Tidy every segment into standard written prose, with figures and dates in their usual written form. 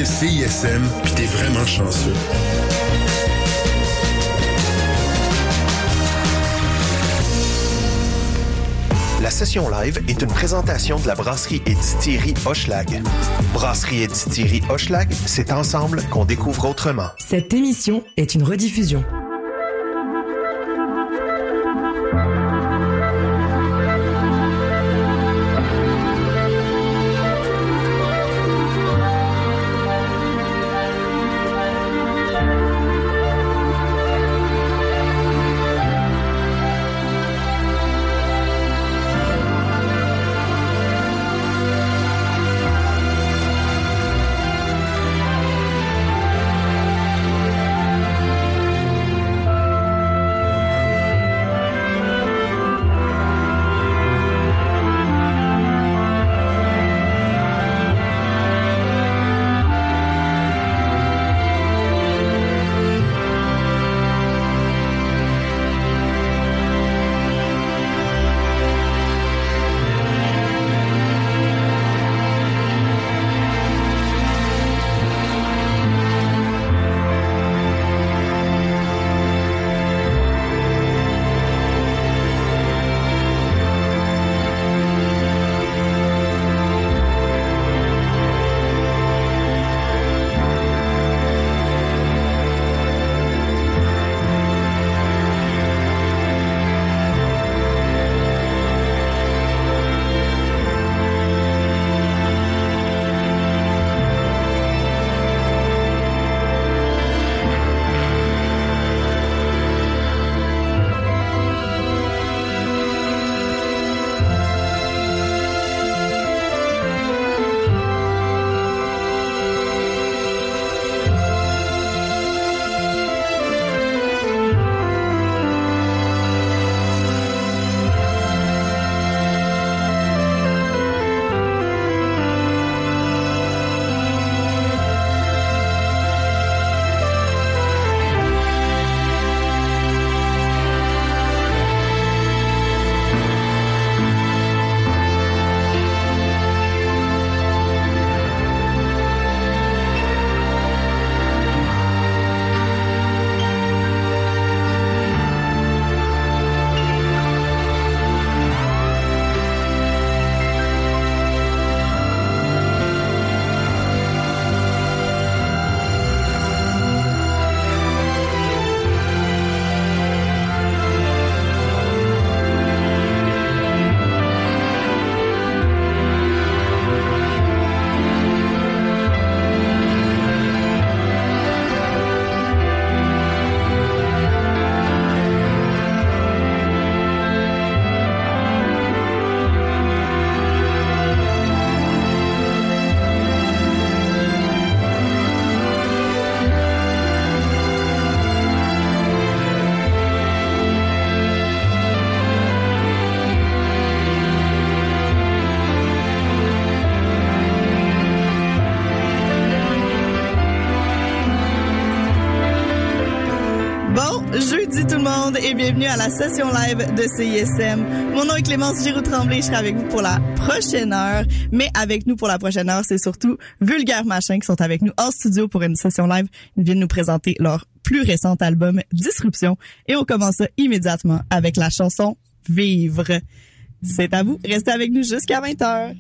CISM, puis t'es vraiment chanceux. La session live est une présentation de la brasserie et distillerie Hochelag. Brasserie et distillerie Hochelag, c'est ensemble qu'on découvre autrement. Cette émission est une rediffusion. Et bienvenue à la session live de CISM. Mon nom est Clémence Giroux-Tremblay, je serai avec vous pour la prochaine heure. Mais avec nous pour la prochaine heure, c'est surtout Vulgaire Machin qui sont avec nous en studio pour une session live. Ils viennent nous présenter leur plus récent album Disruption. Et on commence ça immédiatement avec la chanson Vivre. C'est à vous, restez avec nous jusqu'à 20h.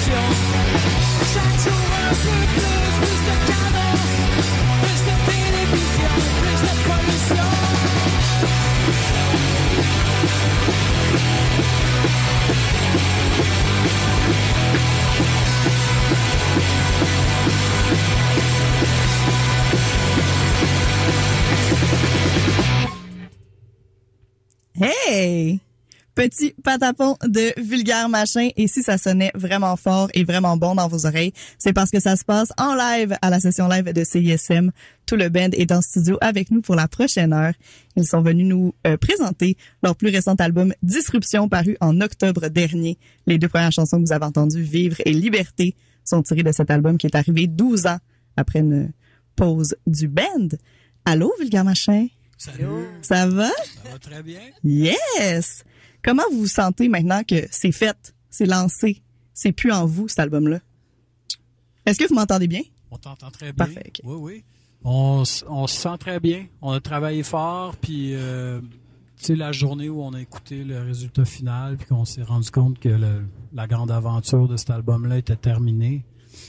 télévision. Chaque jour un peu plus de canon, plus de télévision, plus de pollution. Hey! Petit patapon de Vulgaire Machin. Et si ça sonnait vraiment fort et vraiment bon dans vos oreilles, c'est parce que ça se passe en live à la session live de CISM. Tout le band est en studio avec nous pour la prochaine heure. Ils sont venus nous présenter leur plus récent album Disruption, paru en octobre dernier. Les 2 premières chansons que vous avez entendues, Vivre et Liberté, sont tirées de cet album qui est arrivé 12 ans après une pause du band. Allô, Vulgaire Machin? Salut. Ça va? Ça va très bien. Yes! Comment vous vous sentez maintenant que c'est fait, c'est lancé, c'est plus en vous, cet album-là? Est-ce que vous m'entendez bien? On t'entend très bien. Parfait, okay. Oui, oui. On se sent très bien. On a travaillé fort, puis tu sais, la journée où on a écouté le résultat final, puis qu'on s'est rendu compte que la grande aventure de cet album-là était terminée,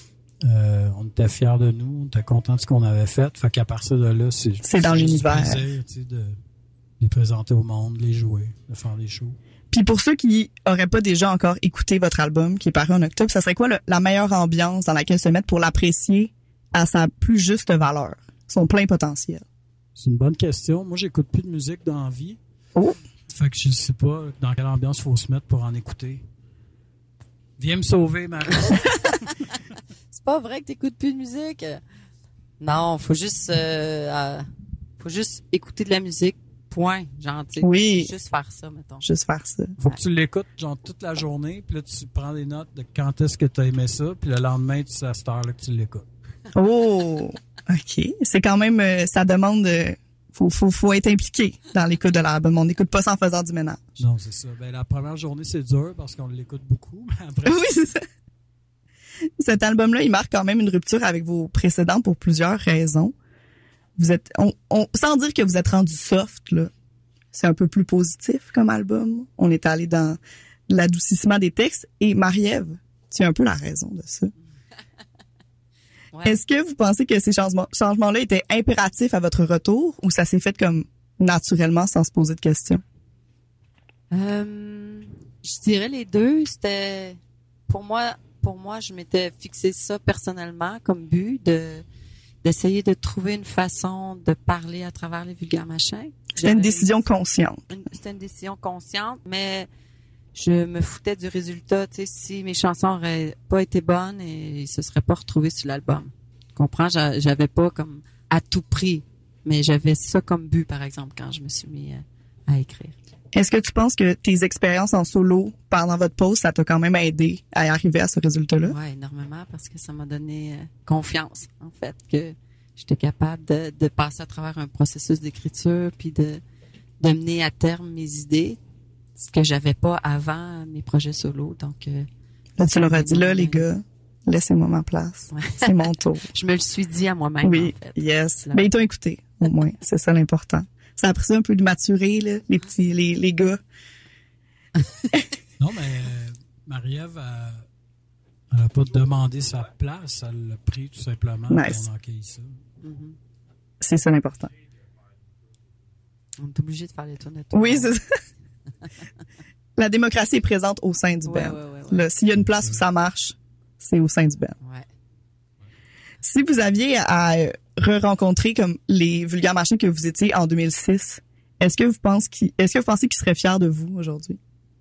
on était fiers de nous, on était contents de ce qu'on avait fait. Fait qu'à partir de là, c'est dans l'univers. Plaisir, tu sais, de les présenter au monde, les jouer, de faire des shows. Puis pour ceux qui auraient pas déjà encore écouté votre album qui est paru en octobre, ça serait quoi la meilleure ambiance dans laquelle se mettre pour l'apprécier à sa plus juste valeur, son plein potentiel? C'est une bonne question. Moi, j'écoute plus de musique dans la vie. Oh! Fait que je sais pas dans quelle ambiance il faut se mettre pour en écouter. Viens me sauver, Marie. C'est pas vrai que t'écoutes plus de musique. Non, faut juste écouter de la musique. Point. Genre, tu sais, oui. Juste faire ça, mettons. Juste faire ça. Faut que tu l'écoutes genre toute la journée, puis là tu prends des notes de quand est-ce que tu as aimé ça, puis le lendemain c'est à cette heure-là que tu l'écoutes. Oh, ok. C'est quand même, ça demande, faut être impliqué dans l'écoute de l'album. On n'écoute pas ça en faisant du ménage. Non, c'est ça. Ben la première journée c'est dur parce qu'on l'écoute beaucoup, mais après. Oui, c'est ça. Cet album-là, il marque quand même une rupture avec vos précédents pour plusieurs raisons. Vous êtes, sans dire que vous êtes rendu soft, là. C'est un peu plus positif comme album. On est allé dans l'adoucissement des textes. Et Marie-Ève, tu es un peu la raison de ça. Ouais. Est-ce que vous pensez que ces changements-là étaient impératifs à votre retour ou ça s'est fait comme naturellement sans se poser de questions? Je dirais les deux. C'était, pour moi, je m'étais fixé ça personnellement comme but d'essayer de trouver une façon de parler à travers les vulgaires machins. C'était une décision consciente. C'était une décision consciente, mais je me foutais du résultat. Tu sais, si mes chansons auraient pas été bonnes, et ils se seraient pas retrouvés sur l'album. Tu comprends? J'avais pas comme à tout prix, mais j'avais ça comme but, par exemple, quand je me suis mis à écrire. Est-ce que tu penses que tes expériences en solo pendant votre pause, ça t'a quand même aidé à arriver à ce résultat-là? Oui, énormément, parce que ça m'a donné confiance, en fait, que j'étais capable de passer à travers un processus d'écriture puis de mener à terme mes idées, ce que j'avais pas avant mes projets solo. Donc, là, tu leur as dit, là, les gars, laissez-moi ma place. Ouais. C'est mon tour. Je me le suis dit à moi-même, oui, en fait. Yes. Mais ils t'ont écouté, au moins. C'est ça l'important. Ça a pris ça un peu de maturer, là, les gars. Non, mais Marie-Ève, elle n'a pas demandé sa place, elle l'a pris tout simplement. Nice. On a accueilli ça. Mm-hmm. C'est ça l'important. On est obligé de faire les tours de tour. Oui, c'est ça. La démocratie est présente au sein du band. Ouais. Là, s'il y a une place où ça marche, c'est au sein du band. Ouais. Si vous aviez à re-rencontrer comme les vulgaires machins que vous étiez en 2006, est-ce que vous pensez qu'ils seraient fiers de vous aujourd'hui?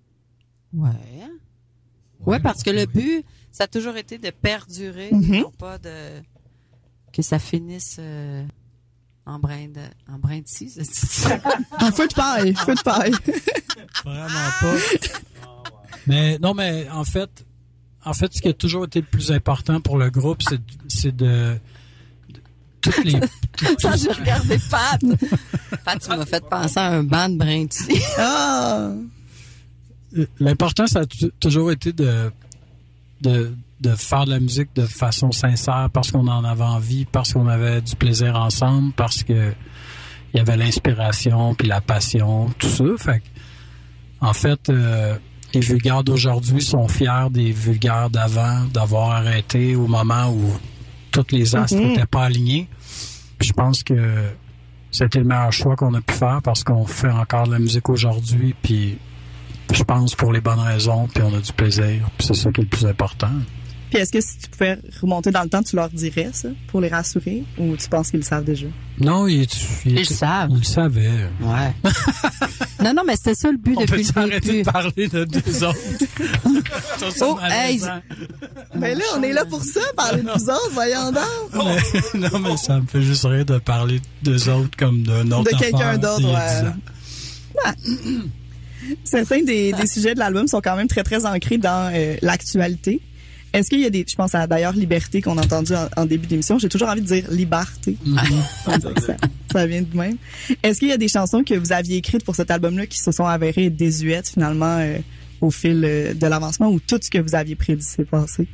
Ouais, parce que le but, ça a toujours été de perdurer, non pas que ça finisse en brin de scie. En feu de paille. Vraiment pas. Mais non, mais en fait, ce qui a toujours été le plus important pour le groupe, c'est de toutes les. Ça, j'ai regardé Pat. Pat, tu m'as fait penser à un banc de brin de scie. Ah. L'important, ça a toujours été de faire de la musique de façon sincère parce qu'on en avait envie, parce qu'on avait du plaisir ensemble, parce que il y avait l'inspiration puis la passion, tout ça. Fait que, en fait, les vulgaires d'aujourd'hui sont fiers des vulgaires d'avant, d'avoir arrêté au moment où tous les astres n'étaient pas alignés. Puis je pense que c'était le meilleur choix qu'on a pu faire parce qu'on fait encore de la musique aujourd'hui, puis je pense pour les bonnes raisons, puis on a du plaisir, puis c'est ça qui est le plus important. Puis est-ce que si tu pouvais remonter dans le temps, tu leur dirais ça pour les rassurer, ou tu penses qu'ils le savent déjà? Non, ils le savent. Ils le savaient. Ouais. non, mais c'était ça le but On depuis peut le arrêter début. de parler de deux autres. Oh, hey, Ben là, on est là pour ça, parler de nous autres, voyons donc. Non, mais ça me fait juste rire de parler d'eux autres comme d'un autre De quelqu'un affaire d'autre, d'il y a ouais. 10 ans. Certains des sujets de l'album sont quand même très, très ancrés dans l'actualité. Est-ce qu'il y a des... Je pense à d'ailleurs Liberté qu'on a entendu en début d'émission. J'ai toujours envie de dire Liberté. On dirait que ça vient de même. Est-ce qu'il y a des chansons que vous aviez écrites pour cet album-là qui se sont avérées désuètes finalement au fil de l'avancement, ou tout ce que vous aviez prédit s'est passé?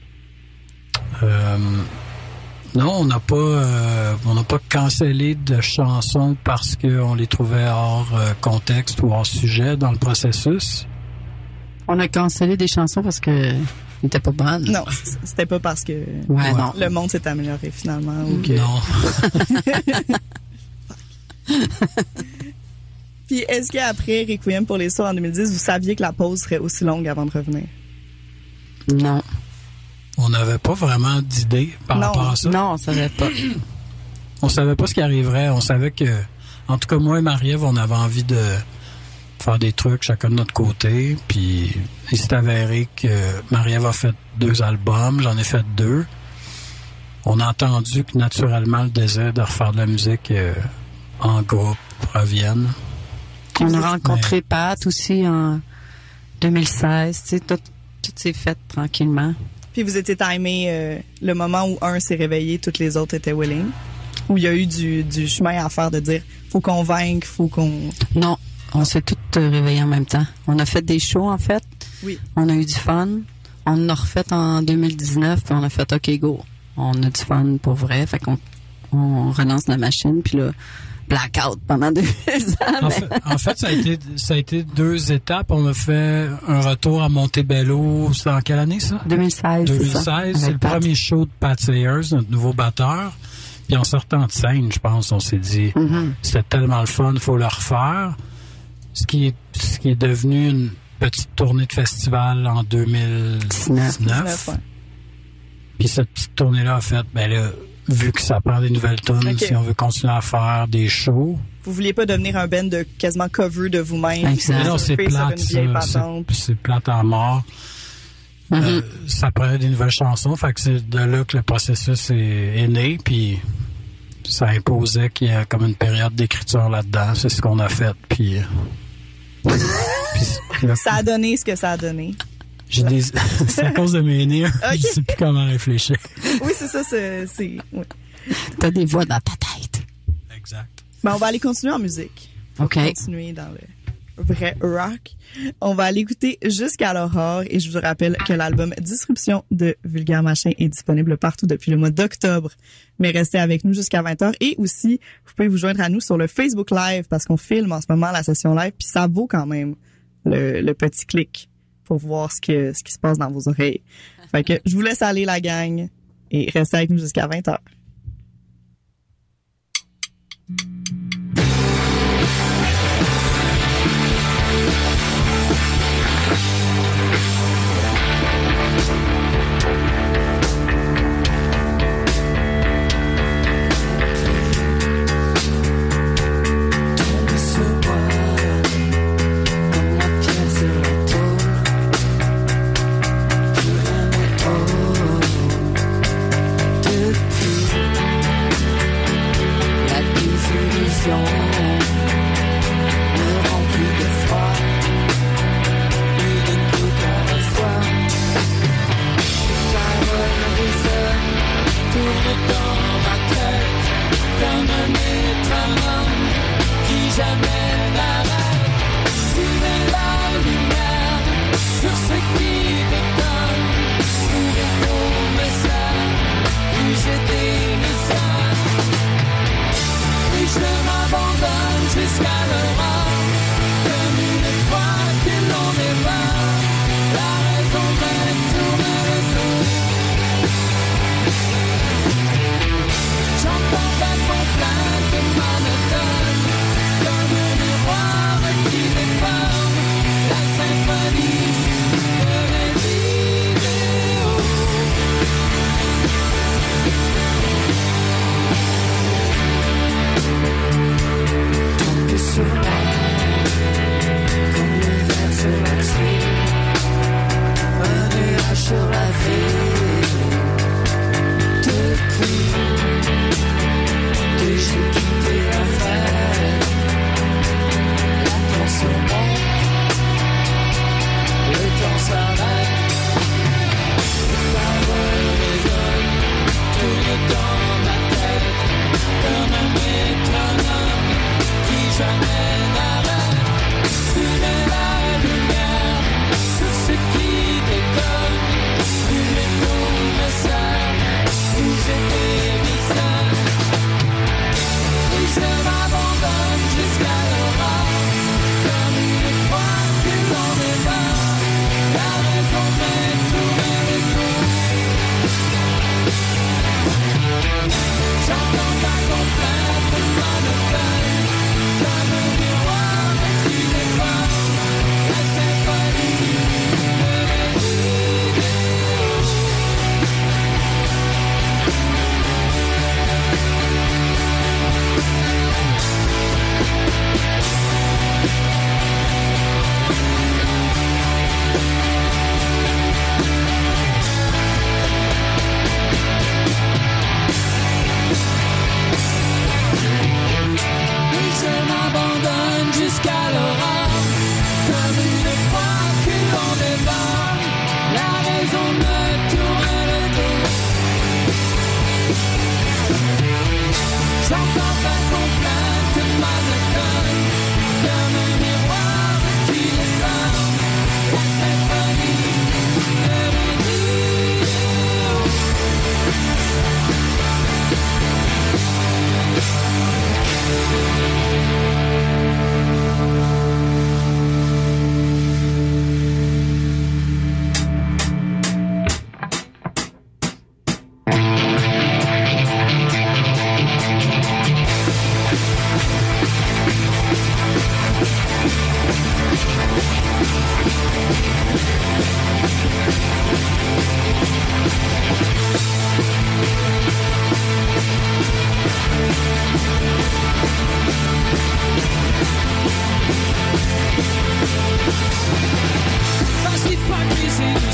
Non, on n'a pas cancellé de chansons parce qu'on les trouvait hors contexte ou hors sujet dans le processus. On a cancellé des chansons parce que n'étaient pas bonnes. Non, c'était pas parce que non. le monde s'est amélioré finalement. Ou que... Non. Puis est-ce qu'après Requiem pour les sourds en 2010, vous saviez que la pause serait aussi longue avant de revenir? Non. On n'avait pas vraiment d'idée par rapport à ça. Non, on savait pas. On savait pas ce qui arriverait. On savait que, en tout cas, moi et Marie-Ève, on avait envie de faire des trucs chacun de notre côté. Puis il s'est avéré que Marie-Ève a fait 2 albums, j'en ai fait 2. On a entendu que naturellement le désir de refaire de la musique en groupe revienne. On a rencontré Pat aussi en 2016. Tu sais, tout s'est fait tranquillement. Puis vous étiez timé le moment où un s'est réveillé, toutes les autres étaient willing? Ou il y a eu du chemin à faire de dire faut qu'on vaincre, faut qu'on... Non, on s'est toutes réveillées en même temps. On a fait des shows, en fait. Oui. On a eu du fun. On en a refait en 2019, puis on a fait OK, go. On a du fun pour vrai. Fait qu'on relance la machine, puis là, blackout pendant 2 ans. En fait, ça a été 2 étapes. On a fait un retour à Montebello. C'est en quelle année, ça? 2016, 2016, c'est le premier show de Pat Sayers, notre nouveau batteur. Puis en sortant de scène, je pense, on s'est dit, c'était tellement le fun, il faut le refaire. Ce qui est devenu une petite tournée de festival en 2019. Ouais. Puis cette petite tournée-là a fait, ben là, vu que ça prend des nouvelles tunes, Okay. si on veut continuer à faire des shows. Vous vouliez pas devenir un band de quasiment cover de vous-même? Exact. Mais non, c'est Surfer sur plate, une vieille ça. patente. C'est plate à mort. Ça prenait des nouvelles chansons, fait que c'est de là que le processus est né, puis ça imposait qu'il y a comme une période d'écriture là-dedans. C'est ce qu'on a fait, puis là, Ça a donné ce que ça a donné. c'est à cause de mes nerfs, Ok. je sais plus comment réfléchir. Oui, c'est ça, c'est... Oui. T'as des voix dans ta tête. Exact. Ben, on va aller continuer en musique. OK. Continuer dans le vrai rock. On va aller écouter Jusqu'à l'aurore, et je vous rappelle que l'album Disruption de Vulgaire Machin est disponible partout depuis le mois d'octobre. Mais restez avec nous jusqu'à 20h, et aussi, vous pouvez vous joindre à nous sur le Facebook Live parce qu'on filme en ce moment la session live, puis ça vaut quand même le petit clic pour voir ce qui se passe dans vos oreilles. Fait que je vous laisse aller, la gang, et restez avec nous jusqu'à 20h. Depuis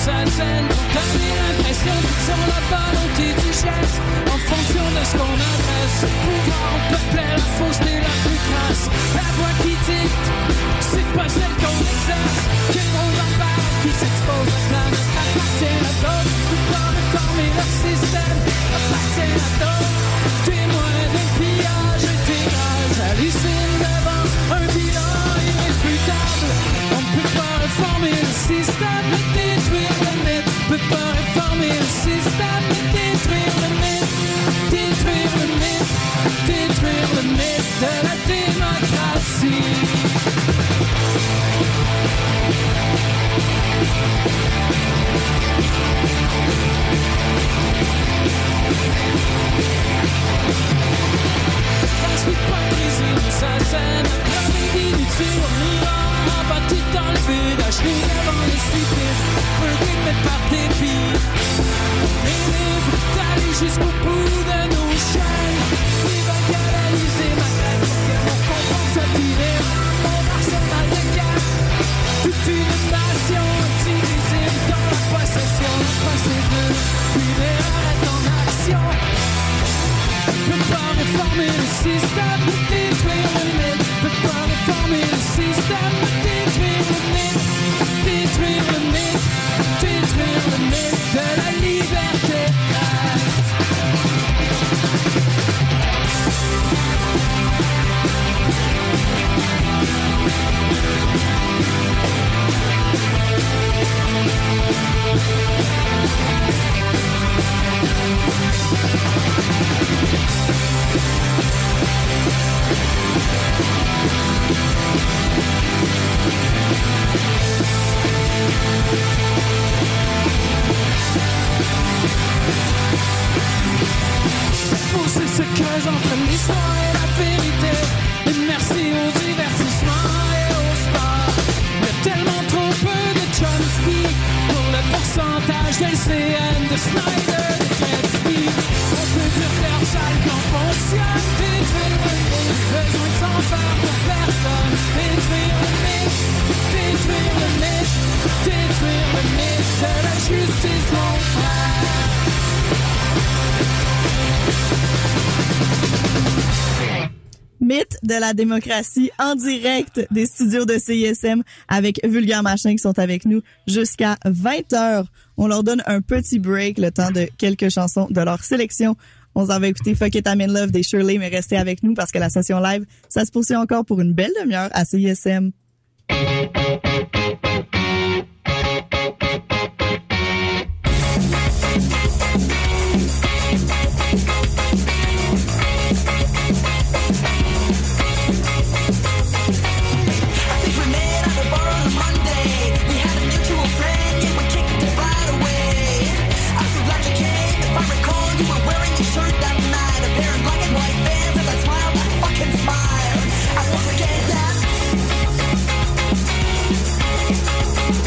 sa scène. T'as l'impression qu'ils sont la volonté du geste en fonction de ce qu'on adresse. Le pouvoir peuplait la fausseté la plus crasse. La voix qui dicte, c'est pas celle qu'on exerce. Quel rôle d'en parle qui s'expose la planète appartient à d'autres. Peut pas réformer le système appartient à d'autres. Témoin d'un pillage intégral, j'hallucine devant un bilan irréfutable. On peut pas réformer le système, mais détruire le mythe. On peut pas réformer le système, mais détruire le mythe. Détruire le mythe, détruire le mythe de la démocratie. Parce qu'hypocrisie nous assène, comme inutile, on ira en bâti dans le vide, acheter devant les stupides, peu rythmé par dépit. On est libre d'aller jusqu'au bout de nos chaînes, ils veulent canaliser ma tête pour que mon comprend se tirer mon arsenal de guerre. Toute une nation indivisible dans la possession, la procédure, puis arrête en action. Peut pas réformer le système, mais détruire le mythe. Peut pas réformer le système, mais détruire le mythe. Détruire le mythe, détruire le mythe de la liberté. Fossé se creuse entre l'histoire et la vérité. Et merci au divertissement et au sport. Il y a tellement trop peu de Chomsky pour le pourcentage d'LCN, de Snyder, de Gretzky. On peut dire que leur sale plan fonctionne. Détruire le mythe, besoin de s'en faire pour personne. Détruire le mythe, détruire le mythe, détruire le mythe de la justice, mon frère. Mythe de la démocratie en direct des studios de CISM avec Vulgaire Machin qui sont avec nous jusqu'à 20h. On leur donne un petit break, le temps de quelques chansons de leur sélection. On s'en va écouter Fuck It I'm in Love des Shirley, mais restez avec nous parce que la session live, ça se poursuit encore pour une belle demi-heure à CISM. I won't forget that.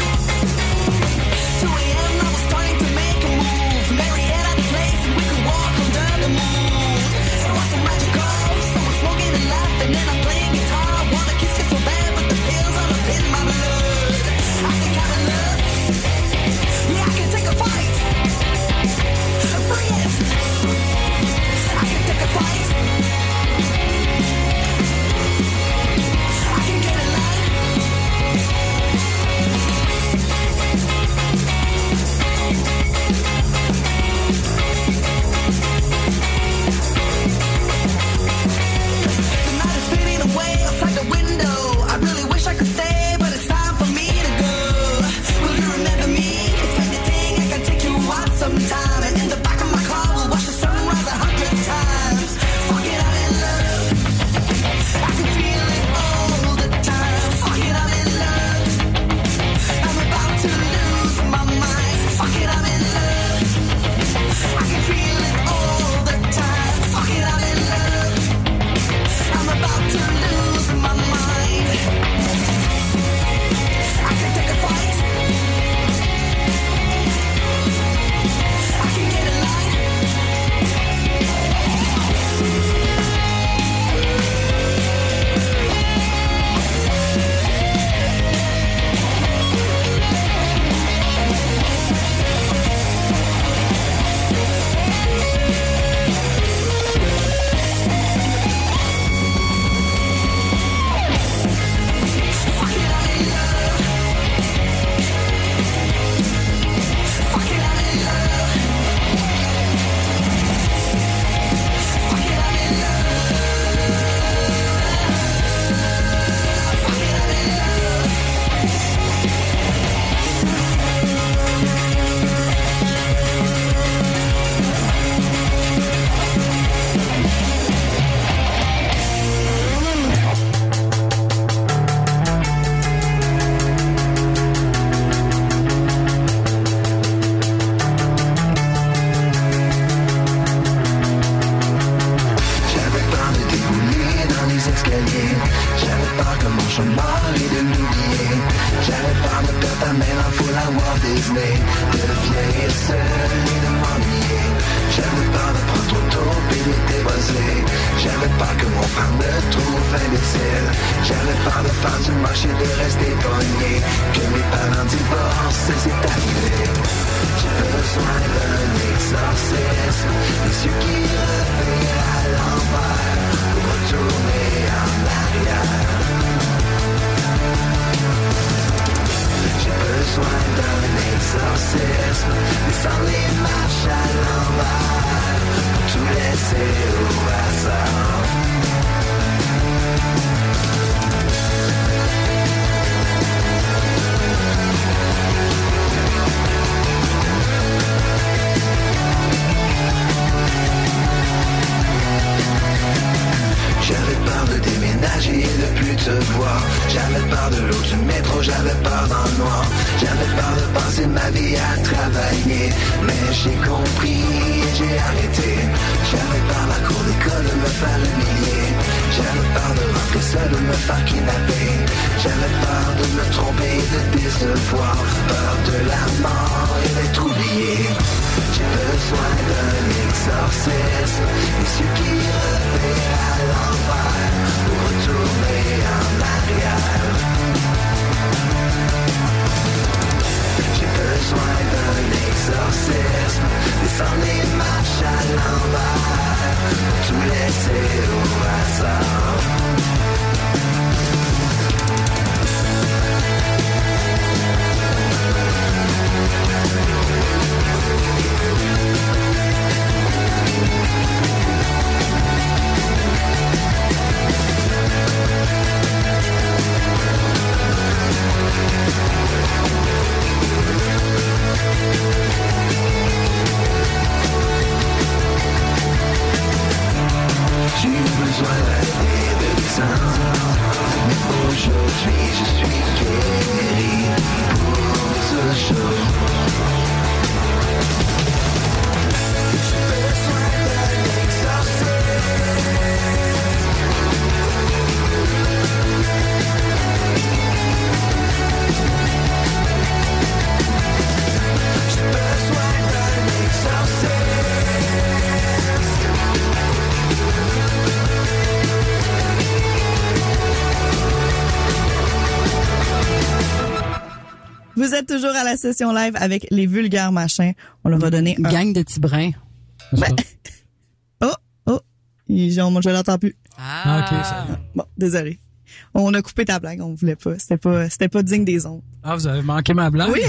de vieillir seul et de m'ennuyer. J'avais peur de prendre trop tôt et de déboiser. J'avais peur que mon frère me trouve imbécile. J'avais peur de faire du moche et de rester pogné. Que mes parents divorcent, c'est arrivé. J'ai besoin d'un exorcisme, des yeux qui revirent à l'envers pour retourner en arrière. J'ai besoin d'un exorcisme, descendre les marches à l'envers, tout laisser au hasard. J'avais peur de déménager et de plus te voir. J'avais peur de l'eau du métro, j'avais peur dans le noir. J'avais peur de passer ma vie à travailler. Mais j'ai compris et j'ai arrêté. J'avais peur à la cour d'école de me faire humilier. J'avais peur de rentrer seul ou de me faire kidnapper. J'avais peur de me tromper et de décevoir. Peur de la mort et d'être oublié. J'ai besoin d'un exorcisme, des yeux qui revirent à l'envers pour retourner en arrière. J'ai besoin d'un exorcisme, descendre les marches à l'envers, tout laisser au hasard. J'ai eu besoin d'aller de temps, mais aujourd'hui je suis guéri pour ce jour. J'ai besoin d'un exorcisme. J'ai besoin d'un exorcisme. Vous êtes toujours à la session live avec les vulgaires machins. On leur a donné un... Gang de petits brins. Ben... Oh, je l'entends plus. Ah, ok, ça. Bon, désolé. On a coupé ta blague, on voulait pas. C'était pas digne des ondes. Ah, vous avez manqué ma blague? Oui.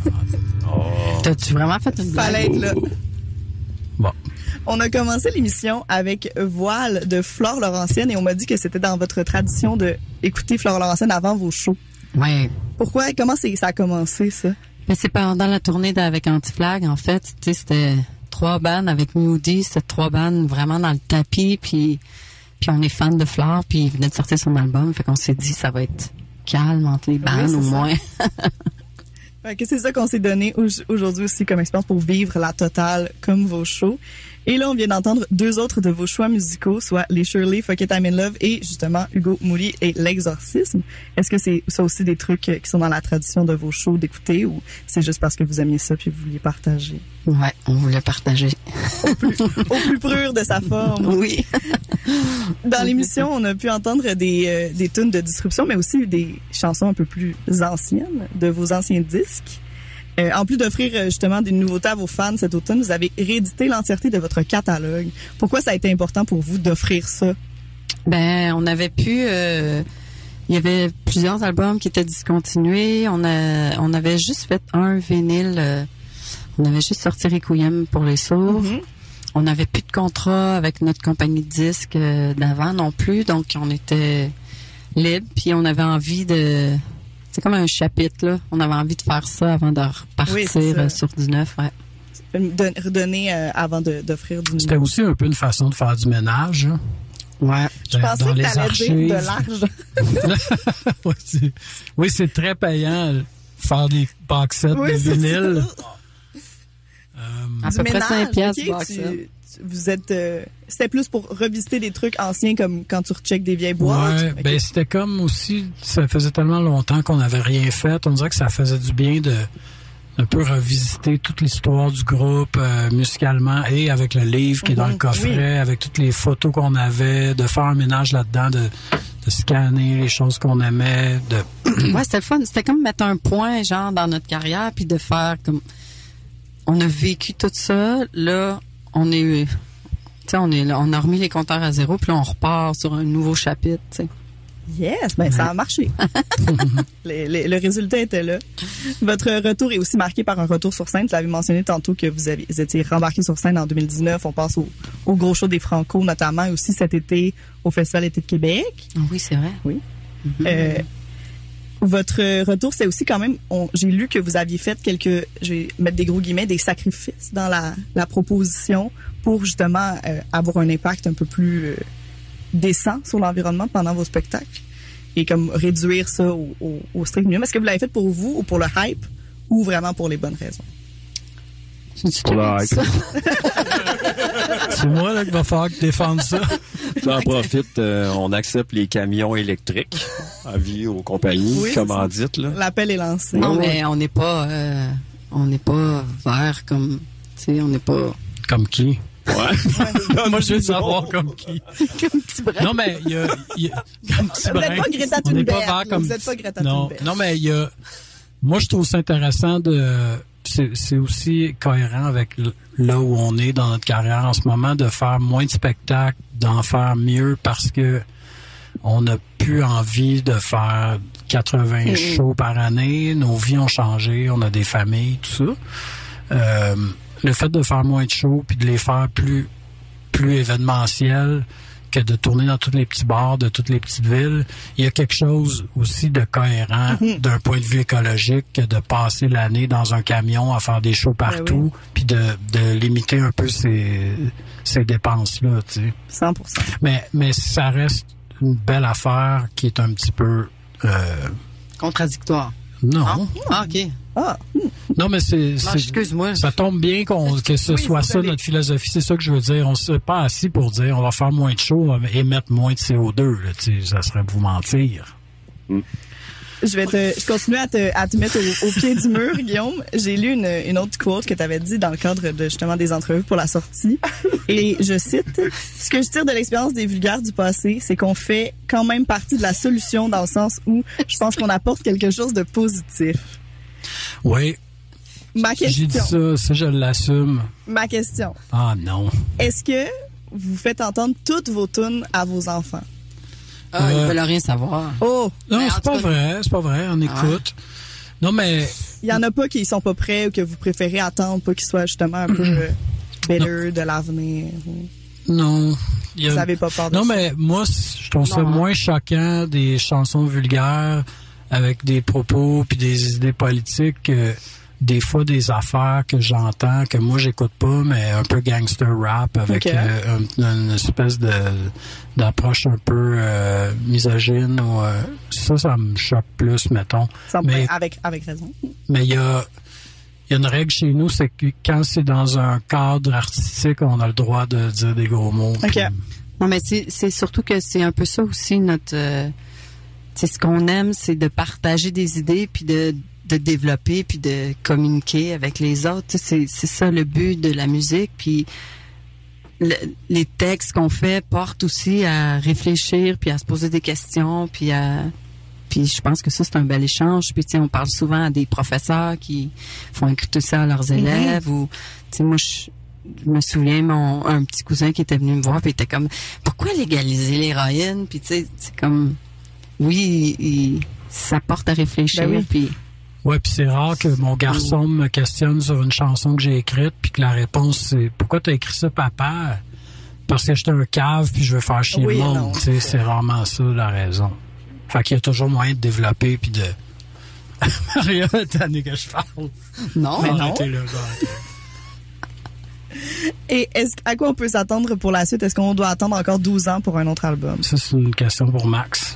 T'as-tu vraiment fait une blague? Fallait être là. Bon. On a commencé l'émission avec Voile de Flore Laurentienne et on m'a dit que c'était dans votre tradition de écouter Flore Laurentienne avant vos shows. Ouais. Pourquoi? Comment ça a commencé, ça? Ben, c'est pendant la tournée avec Anti-Flag, en fait. Tu sais, c'était 3 bandes avec Moody. C'était 3 bandes vraiment dans le tapis. Puis on est fan de Flore. Puis il venait de sortir son album. Fait qu'on s'est dit, ça va être calme entre les bandes, au moins. Fait que c'est ça qu'on s'est donné aujourd'hui aussi comme expérience pour vivre la totale comme vos shows. Et là, on vient d'entendre 2 autres de vos choix musicaux, soit les Shirley, Fuck It I'm in Love et justement Hugo Mouly et L'Exorcisme. Est-ce que c'est ça aussi des trucs qui sont dans la tradition de vos shows d'écouter ou c'est juste parce que vous aimiez ça puis vous vouliez partager? Ouais, on voulait partager. Au plus pur de sa forme. Oui. Dans l'émission, on a pu entendre des tunes de disruption, mais aussi des chansons un peu plus anciennes de vos anciens disques. En plus d'offrir justement des nouveautés à vos fans cet automne, vous avez réédité l'entièreté de votre catalogue. Pourquoi ça a été important pour vous d'offrir ça? Ben, on avait pu... il y avait plusieurs albums qui étaient discontinués. On avait juste fait un vinyle. On avait juste sorti Requiem pour les sourds. Mm-hmm. On n'avait plus de contrat avec notre compagnie de disques d'avant non plus. Donc, on était libre. Puis, on avait envie de... C'est comme un chapitre, là. On avait envie de faire ça avant de repartir sur du neuf, ouais. Redonner avant d'offrir du neuf. C'était aussi un peu une façon de faire du ménage. Hein? Ouais. Je pensais que t'allais dire de l'argent. Oui, c'est très payant faire des box sets de vinyle. À peu près 5 piastres box set. Vous êtes c'était plus pour revisiter des trucs anciens comme quand tu recheckes des vieilles boîtes. Ouais, ben c'était comme aussi ça faisait tellement longtemps qu'on n'avait rien fait, on dirait que ça faisait du bien de un peu revisiter toute l'histoire du groupe musicalement et avec le livre qui est dans le coffret, avec toutes les photos qu'on avait, de faire un ménage là-dedans, de scanner les choses qu'on aimait. Ouais, c'était le fun. C'était comme mettre un point, genre, dans notre carrière, puis de faire comme... On a vécu tout ça, là, on est là, on a remis les compteurs à zéro, puis là, on repart sur un nouveau chapitre, tu sais. Yes, ben ça a marché. Le résultat était là. Votre retour est aussi marqué par un retour sur scène. Tu l'avais mentionné tantôt que vous étiez rembarqué sur scène en 2019. On passe au gros show des Franco, notamment, et aussi cet été au Festival Été de Québec. Oui, c'est vrai. Oui. Votre retour, c'est aussi quand même... j'ai lu que vous aviez fait je vais mettre des gros guillemets, des sacrifices dans la proposition pour justement avoir un impact un peu plus... décent sur l'environnement pendant vos spectacles et comme réduire ça au strict minimum. Est-ce que vous l'avez fait pour vous ou pour le hype ou vraiment pour les bonnes raisons? Pour le hype. C'est moi là qui va falloir que défendre ça. J'en profite, on accepte les camions électriques à vie aux compagnies, commandite là. L'appel est lancé. Non, mais on n'est pas vert comme, tu sais, on n'est pas... Comme qui? Ouais. Moi, je veux savoir comme qui. Comme petit brin. Non, mais il y a comme petit Vous brin. n'êtes pas Greta On n'est Thunberg. pas vert comme... Vous n'êtes pas Greta non, Thunberg. non, mais il y a... Moi, je trouve ça intéressant c'est aussi cohérent avec là où on est dans notre carrière en ce moment, de faire moins de spectacles, d'en faire mieux parce que on n'a plus envie de faire 80 shows par année. Nos vies ont changé, on a des familles, tout ça. Le fait de faire moins de shows puis de les faire plus événementiels que de tourner dans tous les petits bars de toutes les petites villes, il y a quelque chose aussi de cohérent d'un point de vue écologique que de passer l'année dans un camion à faire des shows partout puis de limiter un peu ces dépenses-là, tu sais. 100%. Mais ça reste une belle affaire qui est un petit peu... Contradictoire. Non. Ah, OK. Non, mais excuse-moi. Ça tombe bien que ce soit ça notre philosophie. C'est ça que je veux dire. On ne s'est pas assis pour dire on va faire moins de shows et émettre moins de CO2. Là, ça serait vous mentir. Je continue à te mettre au pied du mur, Guillaume. J'ai lu une autre quote que tu avais dit dans le cadre de justement des entrevues pour la sortie. Et je cite: ce que je tire de l'expérience des vulgaires du passé, c'est qu'on fait quand même partie de la solution dans le sens où je pense qu'on apporte quelque chose de positif. Oui. Ma question. J'ai dit ça je l'assume. Ma question. Ah non. Est-ce que vous faites entendre toutes vos tunes à vos enfants? Ils veulent rien savoir. Oh! Non, c'est pas vrai, on écoute. Non, mais... Il y en a pas qui sont pas prêts ou que vous préférez attendre, pas qu'ils soient justement un peu better de l'avenir. Non. Vous n'avez pas peur de non, ça? mais moi, je trouve ça moins choquant des chansons vulgaires avec des propos puis des idées politiques que des fois des affaires que j'entends que moi j'écoute pas, mais un peu gangster rap avec une espèce d'approche un peu misogyne ou ça me choque plus, mettons. Mais avec raison. Mais il y a une règle chez nous, c'est que quand c'est dans un cadre artistique, on a le droit de dire des gros mots. Okay. Non, mais c'est surtout que c'est un peu ça aussi notre ce qu'on aime, c'est de partager des idées puis de développer puis de communiquer avec les autres. C'est ça le but de la musique. Puis les textes qu'on fait portent aussi à réfléchir puis à se poser des questions puis je pense que ça c'est un bel échange. Puis on parle souvent à des professeurs qui font écouter ça à leurs élèves ou moi je me souviens un petit cousin qui était venu me voir puis il était comme pourquoi légaliser l'héroïne? Puis c'est comme oui, ça porte à réfléchir. Ben oui. Puis ouais, puis c'est rare que mon garçon me questionne sur une chanson que j'ai écrite puis que la réponse c'est pourquoi t'as écrit ça, papa? Parce que j'étais un cave puis je veux faire chier le monde. C'est rarement ça la raison. Fait qu'il y a toujours moyen de développer puis de... Maria, t'as année que je parle. Non, mais non. Et à quoi on peut s'attendre pour la suite? Est-ce qu'on doit attendre encore 12 ans pour un autre album? Ça, c'est une question pour Max.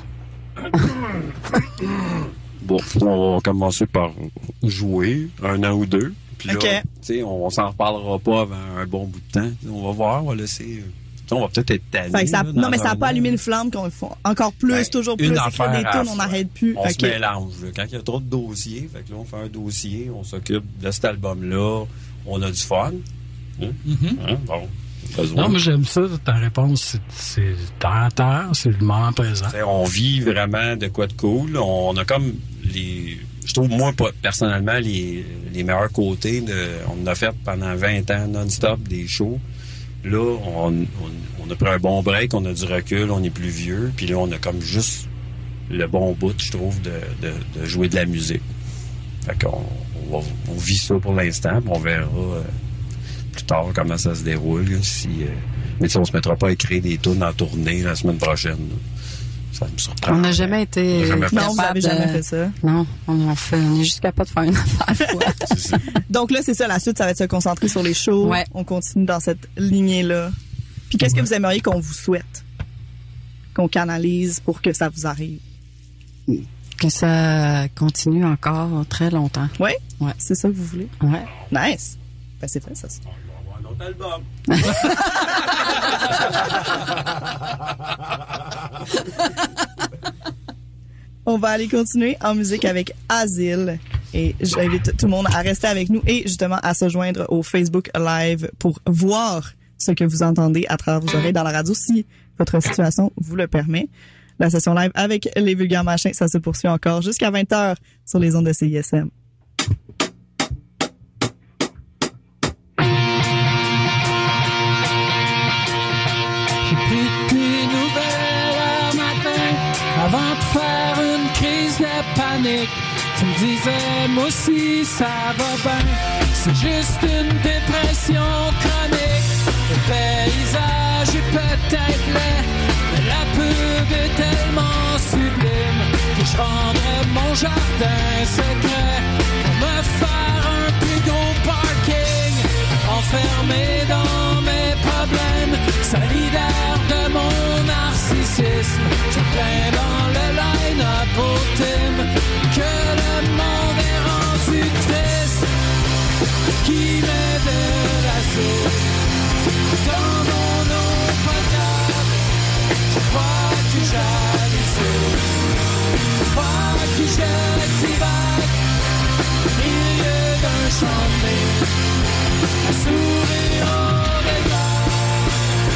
Bon, on va commencer par jouer 1 an ou 2. Puis là, okay. On s'en reparlera pas avant un bon bout de temps. On va voir, on va laisser On va peut-être être tanné. Fait que ça, là, non, mais ça n'a dans pas un allumé an. une flamme qu'on fait encore plus, Ben, toujours plus, une écrire affaire des à tunes, la on fois. n'arrête plus. On se Ok. mélange. Là. Quand il y a trop de dossiers, fait que là, on fait un dossier, on s'occupe de cet album-là, on a du fun. Hein? Hein? Bon. Non, mais j'aime ça. Ta réponse, c'est terre à terre, c'est le moment présent. T'sais, on vit vraiment de quoi de cool. On a comme les... Je trouve, moi, personnellement, les meilleurs côtés. On en a fait pendant 20 ans non-stop des shows. Là, on a pris un bon break, on a du recul, on est plus vieux. Puis là, on a comme juste le bon bout, je trouve, de jouer de la musique. Fait qu'on on vit ça pour l'instant, puis on verra plus tard comment ça se déroule. Là, mais si on se mettra pas à écrire des tunes en tournée la semaine prochaine. Là. Ça me surprend. On n'a jamais été. Non, vous n'avez jamais fait ça. Non, on est juste capable de faire une affaire. C'est Donc là, c'est ça, la suite, ça va être se concentrer sur les shows. Ouais. On continue dans cette lignée-là. Puis qu'est-ce que vous aimeriez qu'on vous souhaite? Qu'on canalise pour que ça vous arrive? Que ça continue encore très longtemps. Oui? Ouais. C'est ça que vous voulez? Ouais. Nice. Ben, c'est vrai, ça. On va avoir un autre album. On va aller continuer en musique avec Asile. Et j'invite tout le monde à rester avec nous et justement à se joindre au Facebook Live pour voir ce que vous entendez à travers vos oreilles dans la radio si votre situation vous le permet. La session live avec les vulgaires machins, ça se poursuit encore jusqu'à 20h sur les ondes de CISM. J'ai pris tes nouvelles un matin avant de faire une crise de panique. Tu me disais, moi aussi, ça va bien. C'est juste une dépression chronique. Le paysage est peut-être laid, mais la pub est tellement sublime que je rendrais mon jardin secret pour me faire un plus gros parking. Enfermé dans mes problèmes, solidaire de mon narcissisme. Je plains dans le line-up ultime que le monde est rendu triste. Qui met de la soupe dans mon eau potable? Je crois que j'hallucine. Je crois que je divague au milieu d'un champ de blé. Un sourire en désert.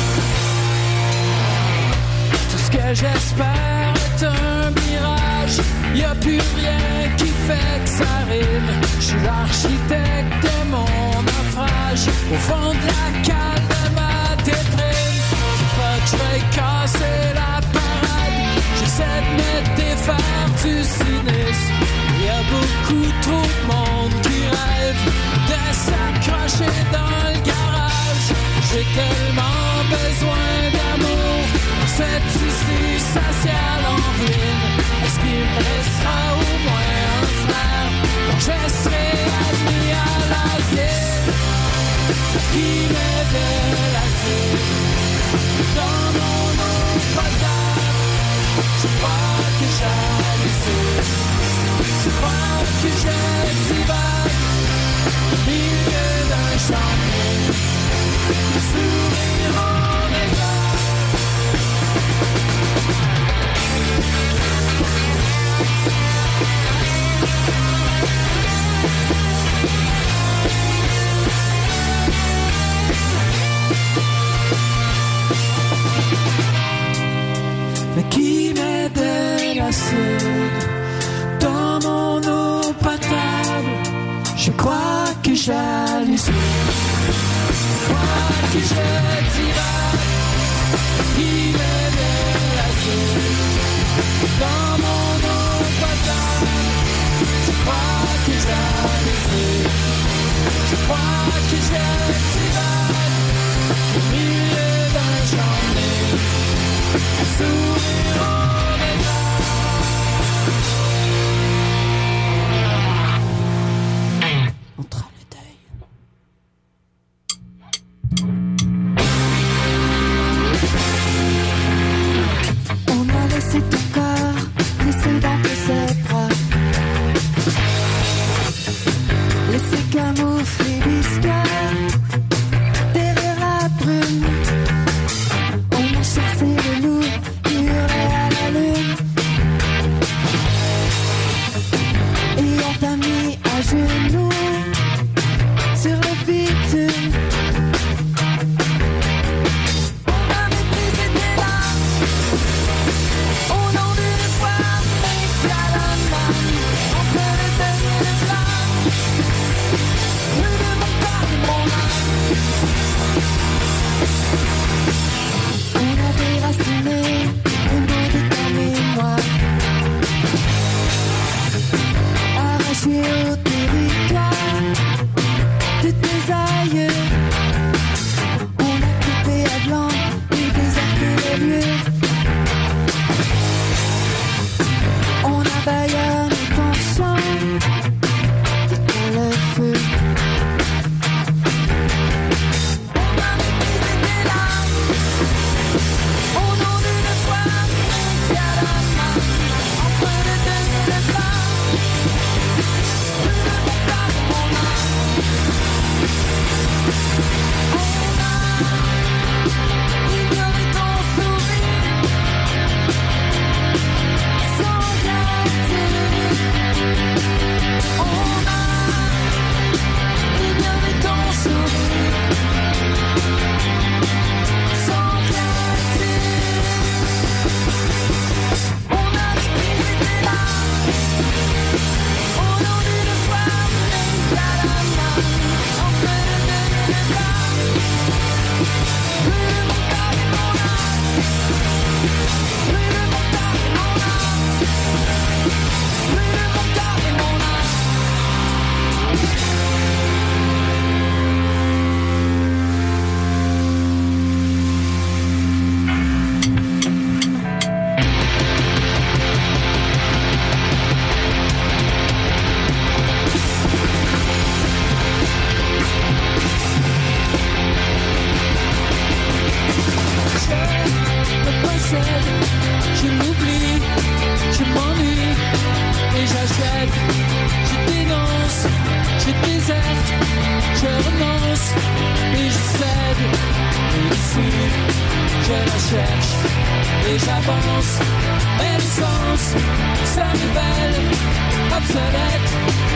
Tout ce que j'espère est un mirage. Y a plus rien qui fait que ça rime. Je suis l'architecte de mon naufrage. Au fond de la cale de ma déprime. Dis pas que je vais casser la parade. J'essaie de me défaire du cynisme. Y a beaucoup trop de monde qui rêve de s'accrocher dans le garage. J'ai tellement besoin d'amour dans cette usine sociale en ruine. Est-ce qu'il me restera au moins un frère quand je serai admis à l'asile? Qui met de l'asile dans mon eau potable? Je crois que j'hallucine. Je crois que je divague au milieu d'un champ de blé. Le sourire en désert. Mais qui met de l'acide dans mon eau potable? Je crois que j'hallucine. Je crois que je divague. Qui met de l'acide dans mon eau potable? Je crois que j'hallucine. Je crois que je divague au milieu d'un champ de blé. Un sourire en désert. Entre le deuil. On a laissé ton corps, laissé dans tes bras. Laissé camoufler l'histoire. ailleurs. On a coupé à blanc et déserté les lieux. On a baïonné ton chant dans le feu. On a méprisé tes larmes au nom d'une foi qui a la main entre les deux et le bas. Le montage de mon âme. On a ignoré ton sourire sans regretter. On a ignoré ton sourire sans regretter. On a méprisé tes larmes au nom d'une foi qui a la main entre le deux et le bas. Le montage de mon âme. Le montage de mon âme. Le montage de mon âme. Je me possède, je m'oublie, je m'ennuie et j'achète, je dénonce, je déserte, je renonce et je cède. Et ici, je la cherche et j'avance, mais le sens se révèle obsolète.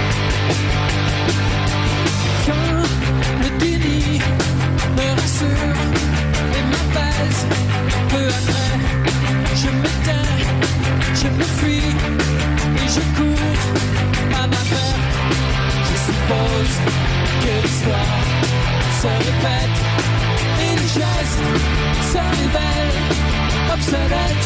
Quand le déni me rassure et m'apaise, peu après, je m'éteins, je me fuis et je cours à ma perte. Je suppose que l'histoire se répète et les gestes se révèlent obsolètes.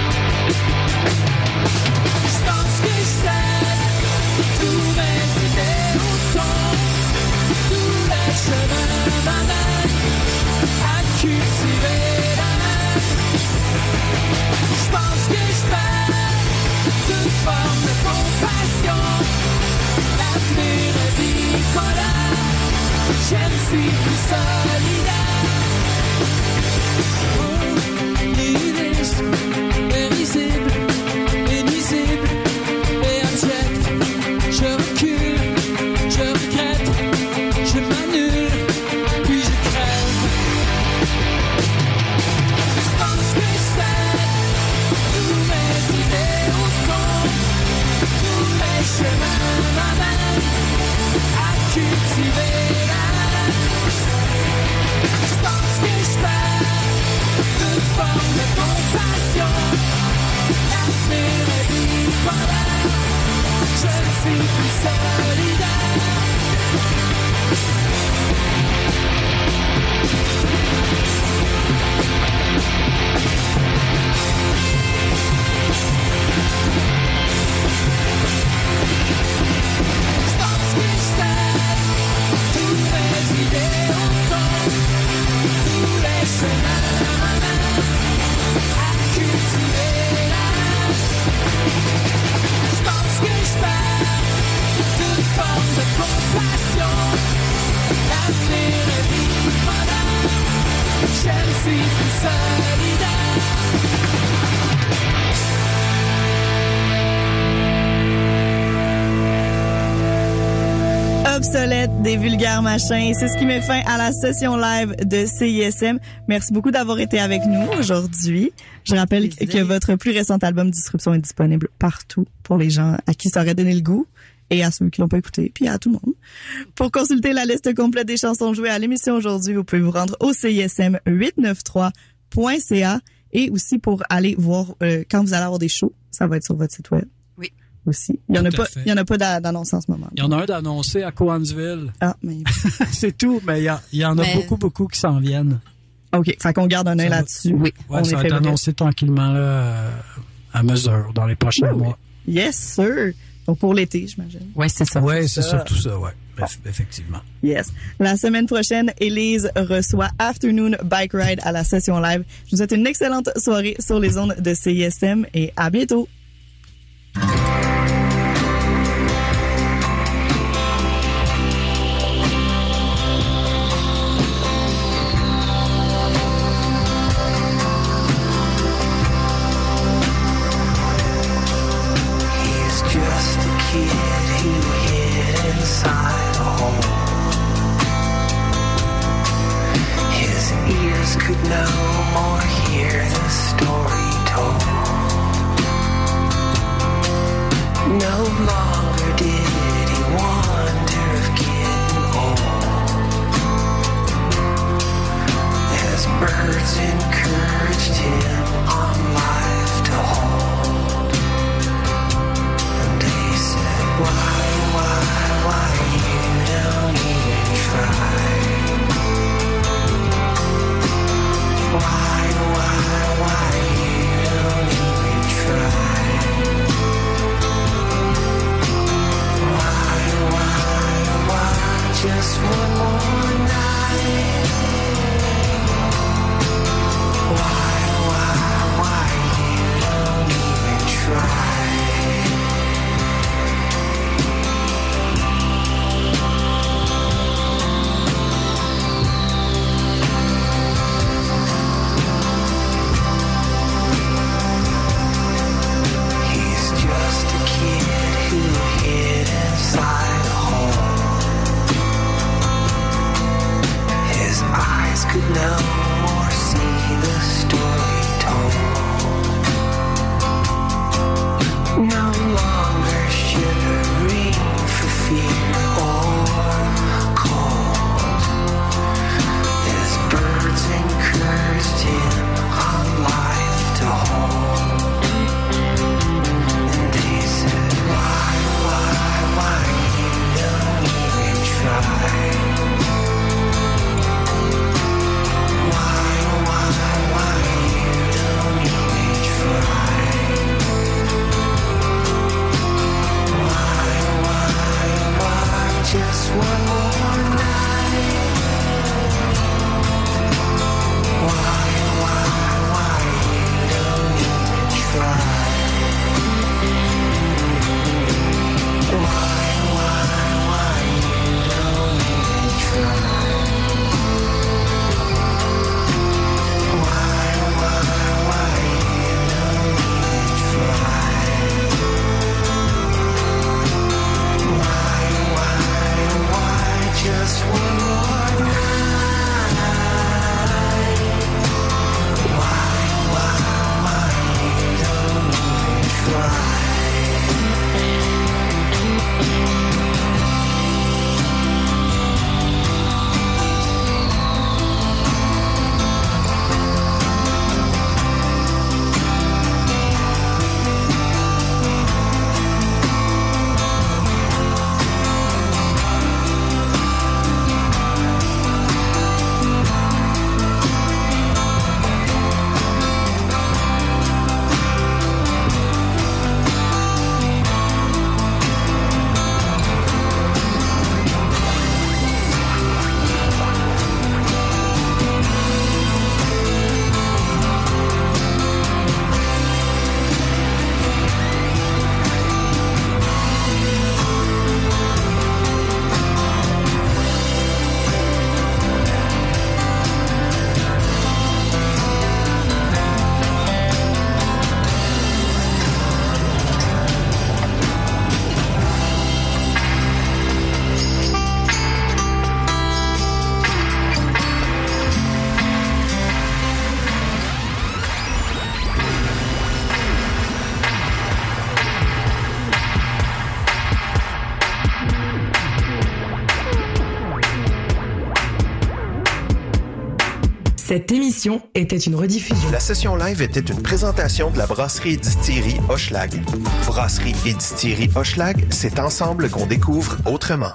Je pense que je sais tous mes idéaux tombent, tous les chemins m'amènent à cultiver la haine. Je pense que je perds toute forme de compassion. L'avenir est bipolaire, je ne suis plus solidaire. Oh, nihiliste, irrisible, et nuisible, et abject. Je recule, je regrette, je m'annule, puis je crève. Je pense que je sais tous mes idéaux tombent, tous mes chemins m'amènent à cultiver la haine. Je pense que je perds toute forme de compassion. L'avenir est bipolaire, je ne suis plus solidaire. Je pense que je sais tous mes idéaux tombent, tous les chemins m'amènent à cultiver la haine. Je pense que je perds toute forme de compassion. L'avenir est bipolaire, je ne suis plus solidaire. Obsolète des vulgaires machins. C'est ce qui met fin à la session live de CISM. Merci beaucoup d'avoir été avec nous aujourd'hui. Je rappelle que votre plus récent album Disruption est disponible partout pour les gens à qui ça aurait donné le goût et à ceux qui l'ont pas écouté, puis à tout le monde. Pour consulter la liste complète des chansons jouées à l'émission aujourd'hui, vous pouvez vous rendre au CISM893.ca et aussi pour aller voir quand vous allez avoir des shows, ça va être sur votre site web. Oui. Aussi. Il y en a pas d'annonce en ce moment. Il y en a un d'annoncé à Cowansville. Ah, mais c'est tout, mais il y en a beaucoup qui s'en viennent. OK, fait qu'on garde un œil là-dessus. Oui. Ouais, ça va être annoncé tranquillement là, à mesure dans les prochains mois. Yes, sir. Donc, pour l'été, j'imagine. Oui, c'est ça. Oui, c'est surtout ça, oui. Effectivement. Yes. La semaine prochaine, Élise reçoit Afternoon Bike Ride à la session live. Je vous souhaite une excellente soirée sur les ondes de CISM et à bientôt. Could no more hear the story told. No longer did he wonder of getting old, as birds encouraged him on life to hold. And they said, why you don't even try. Why you don't even try? Why, just one more night? Why you don't even try? Could no more see the story told. No longer shivering for fear or cold, as birds encouraged him on life to hold. And they said, why you don't even try? Just one more night. Why you don't even try? Why you don't even try? Why you don't even try? Just one more night. Why you don't even try? Cette émission était une rediffusion. La session live était une présentation de la brasserie et distillerie Hochelag. Brasserie et distillerie Hochelag, c'est ensemble qu'on découvre autrement.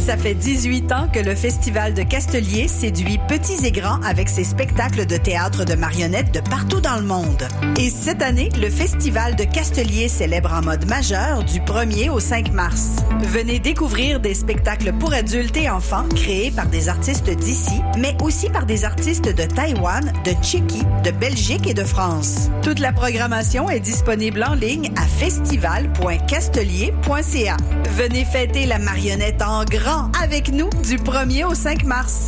Ça fait 18 ans que le Festival de Castelier séduit petits et grands avec ses spectacles de théâtre de marionnettes de partout dans le monde. Et cette année, le Festival de Castelier célèbre en mode majeur du 1er au 5 mars. Venez découvrir des spectacles pour adultes et enfants créés par des artistes d'ici, mais aussi par des artistes de Taïwan, de Tchéquie, de Belgique et de France. Toute la programmation est disponible en ligne à festival.castelier.ca. Venez fêter la marionnette en grand avec nous du 1er au 5 mars.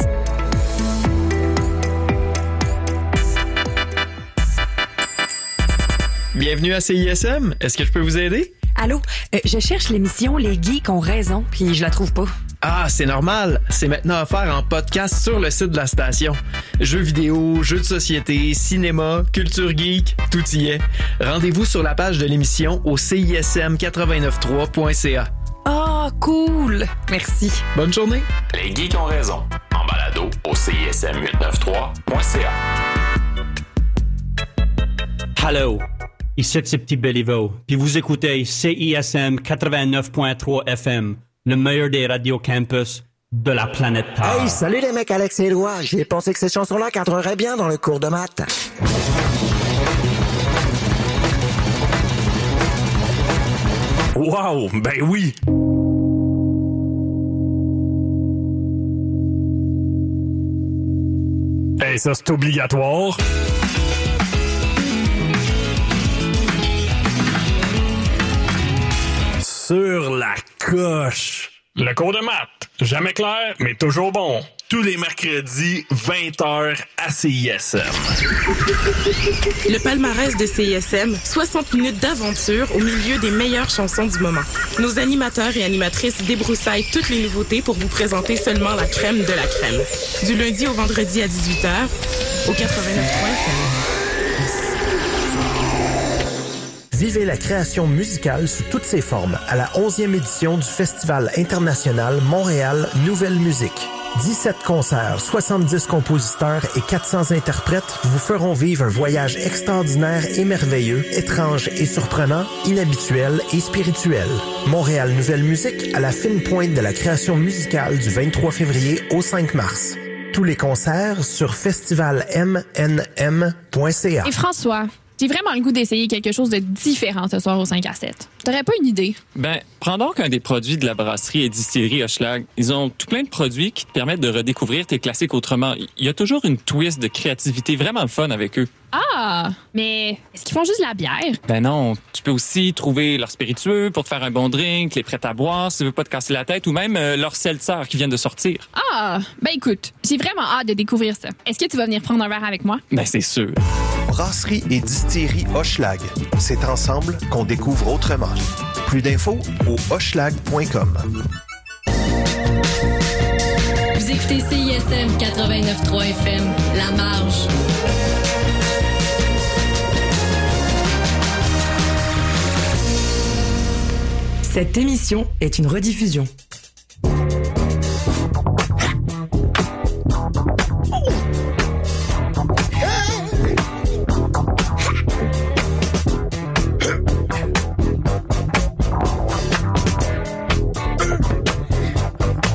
Bienvenue à CISM. Est-ce que je peux vous aider? Allô, je cherche l'émission Les Geeks ont raison, puis je la trouve pas. Ah, c'est normal. C'est maintenant offert en podcast sur le site de la station. Jeux vidéo, jeux de société, cinéma, culture geek, tout y est. Rendez-vous sur la page de l'émission au cism893.ca. Ah, cool! Merci. Bonne journée. Les Geeks ont raison. En balado au cism893.ca. Hello, ici c'est Petit Béliveau, puis vous écoutez CISM 89.3 FM, le meilleur des radios campus de la planète Terre. Hey, salut les mecs, Alex et Éloi. J'ai pensé que ces chansons-là cadreraient bien dans le cours de maths. Wow, ben oui! Hey, ça c'est obligatoire. Sur la coche. Le cours de maths. Jamais clair, mais toujours bon. Tous les mercredis, 20h à CISM. Le palmarès de CISM, 60 minutes d'aventure au milieu des meilleures chansons du moment. Nos animateurs et animatrices débroussaillent toutes les nouveautés pour vous présenter seulement la crème de la crème. Du lundi au vendredi à 18h, au 89.3 FM. Vivez la création musicale sous toutes ses formes à la 11e édition du Festival international Montréal Nouvelle Musique. 17 concerts, 70 compositeurs et 400 interprètes vous feront vivre un voyage extraordinaire et merveilleux, étrange et surprenant, inhabituel et spirituel. Montréal Nouvelle Musique à la fine pointe de la création musicale du 23 février au 5 mars. Tous les concerts sur festivalmnm.ca. Et François, j'ai vraiment le goût d'essayer quelque chose de différent ce soir au 5 à 7. T'aurais pas une idée? Ben, prends donc un des produits de la brasserie et distillerie Hochelag. Ils ont tout plein de produits qui te permettent de redécouvrir tes classiques autrement. Il y a toujours une twist de créativité vraiment fun avec eux. Ah, mais est-ce qu'ils font juste de la bière? Ben non, tu peux aussi trouver leur spiritueux pour te faire un bon drink, les prêts à boire si tu veux pas te casser la tête, ou même leur seltzer qui viennent de sortir. Ah, ben écoute, j'ai vraiment hâte de découvrir ça. Est-ce que tu vas venir prendre un verre avec moi? Ben c'est sûr. Brasserie et distillerie Hochelag. C'est ensemble qu'on découvre autrement. Plus d'infos au hochelag.com. Vous écoutez CISM 89.3 FM, La Marge. Cette émission est une rediffusion.